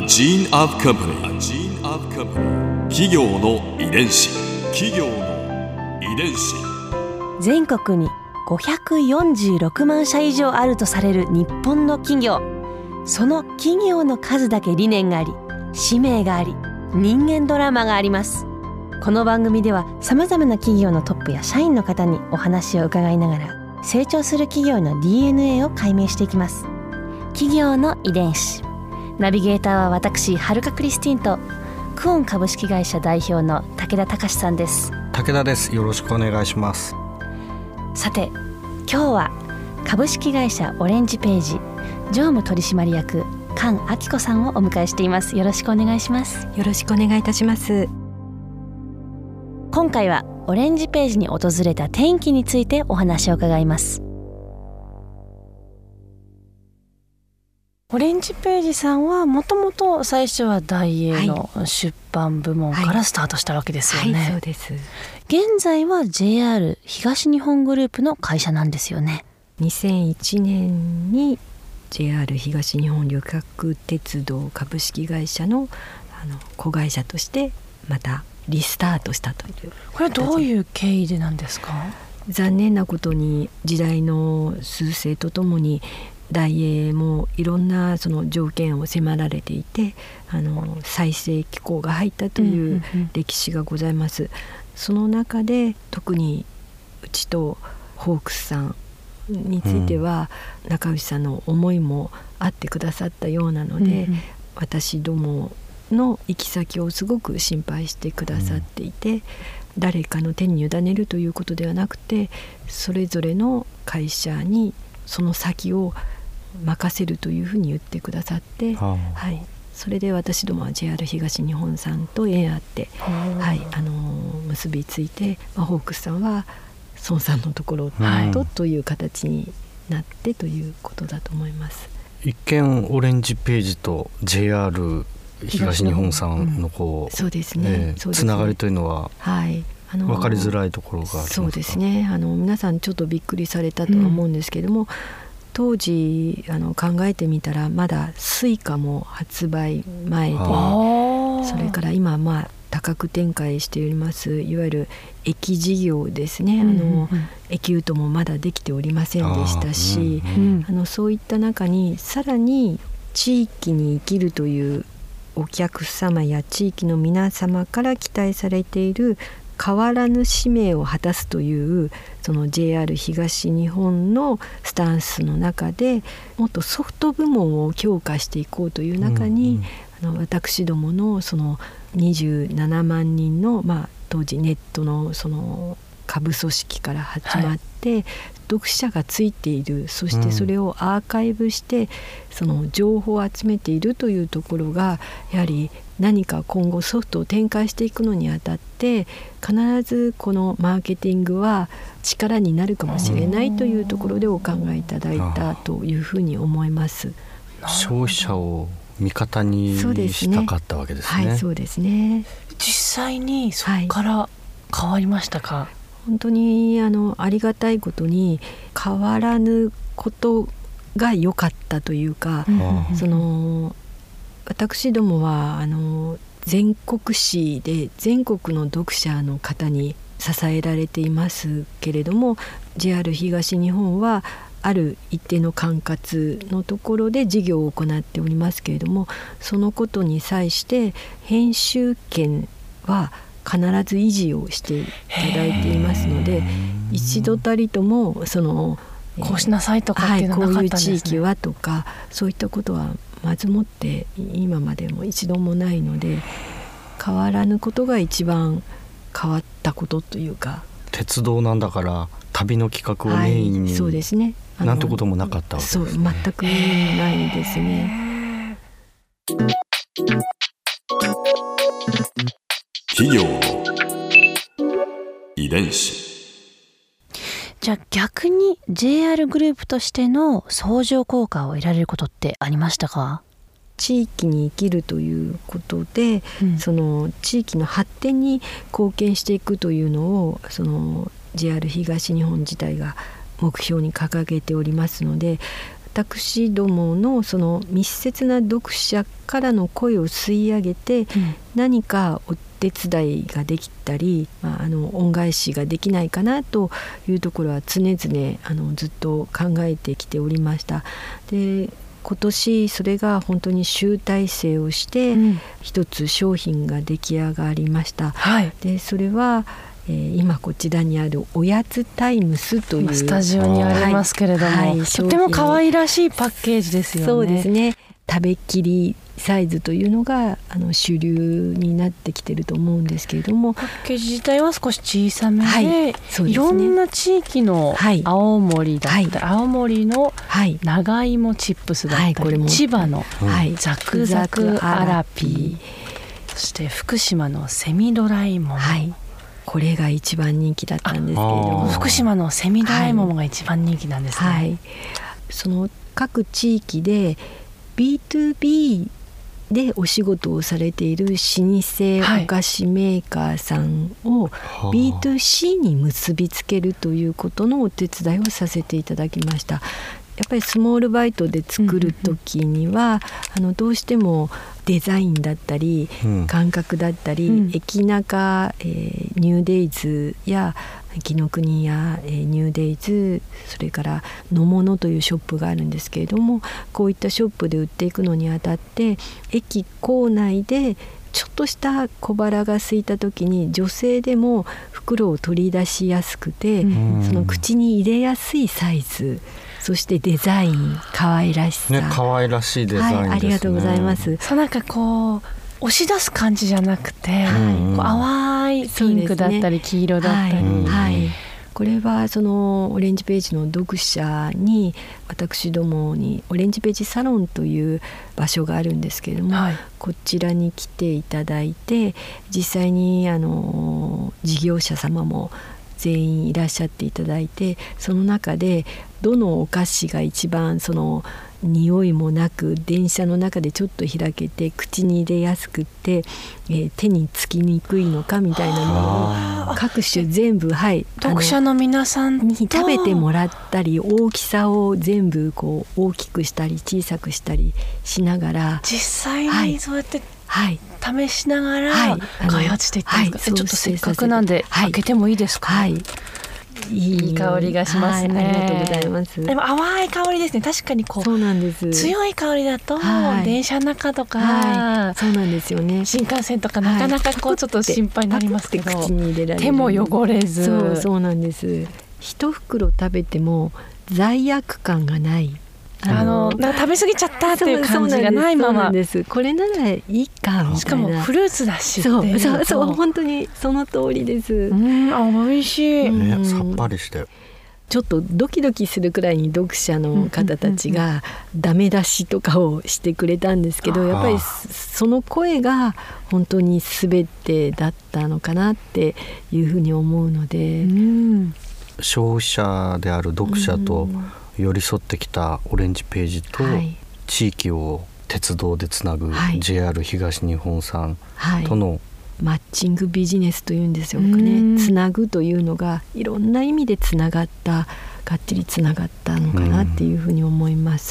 gene of company.企業の遺伝子。 全国に546万社以上あるとされる日本の企業。その企業の数だけ理念があり、使命があり、人間ドラマがあります。この番組ではさまざまな企業のトップや社員の方にお話を伺いながら、成長する企業の DNA を解明していきます。企業の遺伝子。ナビゲーターは私、はるかクリスティンとクオン株式会社代表の武田隆さんです。 武田です。よろしくお願いします。 さて、今日は株式会社オレンジページ常務取締役菅明子さんをお迎えしています。よろしくお願いします。 よろしくお願いいたします。 今回はオレンジページに訪れた転機についてお話を伺います。オレンジページさんはもともと最初は大英の出版部門からスタートしたわけですよね。 はい、そうです。 現在は JR 東日本グループの会社なんですよね。 2001年に JR 東日本旅客鉄道株式会社の子会社としてまたリスタートしたという。 これはどういう経緯でなんですか？ 残念なことに時代の趨勢とともに大英もいろんなその条件を迫られていて、再生機構が入ったという歴史がございます。その中で特にうちとホークスさんについては、中内さんの思いもあってくださったようなので、私どもの行き先をすごく心配してくださっていて、誰かの手に委ねるということではなくて、それぞれの会社にその先を任せるというふうに言ってくださって、それで私どもは JR 東日本さんと縁あって、結びついて、ホークスさんは孫さんのところという形になってということだと思います。 一見オレンジページと JR 東日本さんのそうですね、 つながりというのは分かりづらいところがありますか？ そうですね、皆さんちょっとびっくりされたとは思うんですけれども、当時考えてみたらまだスイカも発売前で、それから今多角展開しておりますいわゆる駅事業ですね、駅ούもまだできておりませんでしたし、そういった中にさらに地域に生きるというお客様や地域の皆様から期待されている変わらぬ使命を果たすというその JR 東日本のスタンスの中で、もっとソフト部門を強化していこうという中に、私どものその27万人の、当時ネットのその下部組織から始まって、読者がついている、そしてそれをアーカイブしてその情報を集めているというところが、やはり何か今後ソフトを展開していくのにあたって必ずこのマーケティングは力になるかもしれないというところでお考えいただいたというふうに思います。 消費者を味方にしたかったわけですね。 そうですね。 実際にそこから変わりましたか？ 本当にありがたいことに変わらぬことが良かったというか、その私どもは全国紙で全国の読者の方に支えられていますけれども、 JR 東日本はある一定の管轄のところで事業を行っておりますけれども、そのことに際して編集権は必ず維持をしていただいていますので、一度たりともそのこうしなさいとかっていうのはなかったんですね。 こういう地域はとかそういったことはまずもって今までも一度もないので、変わらぬことが一番変わったことというか、 鉄道なんだから旅の企画をメインに、 そうですね、 なんてこともなかったわけですね。 そう、全くないですね。 企業の遺伝子。 じゃあ逆に JR グループとしての相乗効果を得られることってありましたか？ 地域に生きるということで、その地域の発展に貢献していくというのをその JR 東日本自体が目標に掲げておりますので、 私どものその密接な読者からの声を吸い上げて、何かお手伝いができたり、恩返しができないかなというところは常々ずっと考えてきておりました。で、今年それが本当に集大成をして一つ商品が出来上がりました。でそれは今こちらにあるおやつタイムスというスタジオにありますけれども、とても可愛らしいパッケージですよね。 そうですね。食べきりサイズというのが主流になってきてると思うんですけれども、 パッケージ自体は少し小さめで、 そうですね、 いろんな地域の青森だったり、青森の長芋チップスだったり、これも千葉のザクザクアラピー、そして福島のセミドライモモ、 これが一番人気だったんですけれども、 福島のセミドライモモが一番人気なんですね。 その各地域で B2B でお仕事をされている老舗お菓子メーカーさんを B2C に結びつけるということのお手伝いをさせていただきました。やっぱりスモールバイトで作る時には、どうしてもデザインだったり、感覚だったり、駅中、ニューデイズや紀ノ国屋、ニューデイズ、それから野物というショップがあるんですけれども、こういったショップで売っていくのにあたって駅構内でちょっとした小腹が空いた時に女性でも袋を取り出しやすくて、その口に入れやすいサイズ、そしてデザイン、可愛らしさ、 可愛らしいデザインですね。 ありがとうございます。 そう、なんかこう押し出す感じじゃなくて、こう淡いピンクだったり黄色だったり、 これはそのオレンジページの読者に、私どもにオレンジページサロンという場所があるんですけれども、こちらに来ていただいて、実際に事業者様も全員いらっしゃっていただいて、その中でどのお菓子が一番その匂いもなく電車の中でちょっと開けて口に入れやすくて、手につきにくいのかみたいなのを各種全部、 読者の皆さんに食べてもらったり、大きさを全部こう大きくしたり小さくしたりしながら、 実際にそうやって試しながら開発していってるんですか。ちょっとせっかくなんで開けてもいいですか。いい香りがしますね。 ありがとうございます。 でも淡い香りですね。確かにこう、 そうなんです。 強い香りだと、電車の中とか、 そうなんですよね。 新幹線とかなかなかこうちょっと心配になりますけど、 口に入れられる、 手も汚れず、 そうなんです。一袋食べても罪悪感がない。 なんか食べ過ぎちゃったっていう感じがないまま、 これならいいかみたいな。 しかもフルーツだし、 そう本当にその通りです。 美味しい、 さっぱりしてちょっとドキドキするくらいに読者の方たちがダメ出しとかをしてくれたんですけど、やっぱりその声が本当に全てだったのかなっていうふうに思うので、 消費者である読者と寄り添ってきたオレンジページと、地域を鉄道でつなぐ JR 東日本さんとの、 マッチングビジネスというんですよね。つなぐというのがいろんな意味でつながった、がっちりつながったのかなっていうふうに思います。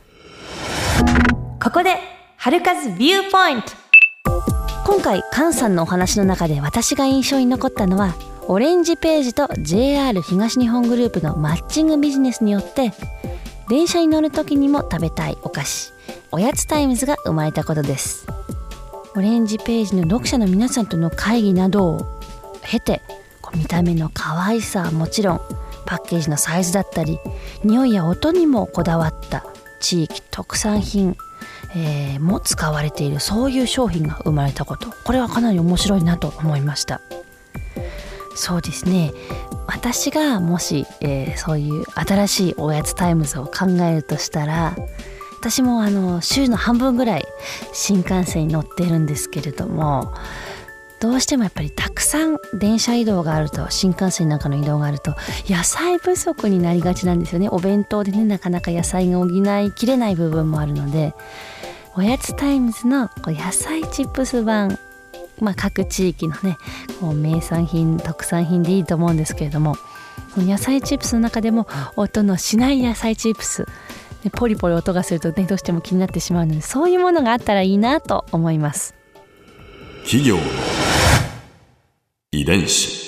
ここで春風ビューポイント。今回菅さんのお話の中で私が印象に残ったのは、オレンジページと JR 東日本グループのマッチングビジネスによって電車に乗る時にも食べたいお菓子、おやつタイムズが生まれたことです。オレンジページの読者の皆さんとの会議などを経て、見た目の可愛さはもちろん、パッケージのサイズだったり匂いや音にもこだわった地域特産品、も使われている、そういう商品が生まれたこと、これはかなり面白いなと思いました。そうですね、私がもし、そういう新しいおやつタイムズを考えるとしたら、私も週の半分ぐらい新幹線に乗ってるんですけれども、どうしてもやっぱりたくさん電車移動があると、新幹線なんかの移動があると野菜不足になりがちなんですよね。お弁当でね、なかなか野菜が補いきれない部分もあるので、おやつタイムズの野菜チップス版、各地域のね、名産品特産品でいいと思うんですけれども、野菜チップスの中でも音のしない野菜チップス、 でポリポリ音がするとね、どうしても気になってしまうので、そういうものがあったらいいなと思います。 企業の遺伝子。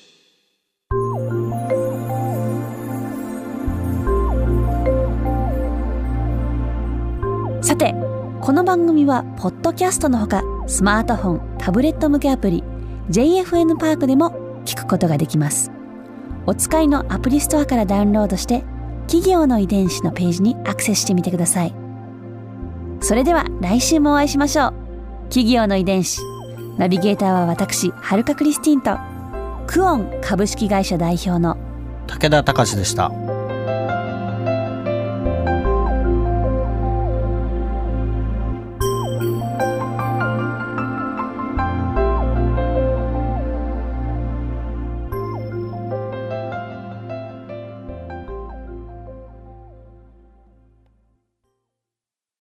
さて、この番組はポッドキャストのほか、スマートフォン、タブレット向けアプリ JFN パークでも聞くことができます。お使いのアプリストアからダウンロードして、企業の遺伝子のページにアクセスしてみてください。それでは来週もお会いしましょう。企業の遺伝子。ナビゲーターは私、はるかクリスティンとクオン株式会社代表の武田隆でした。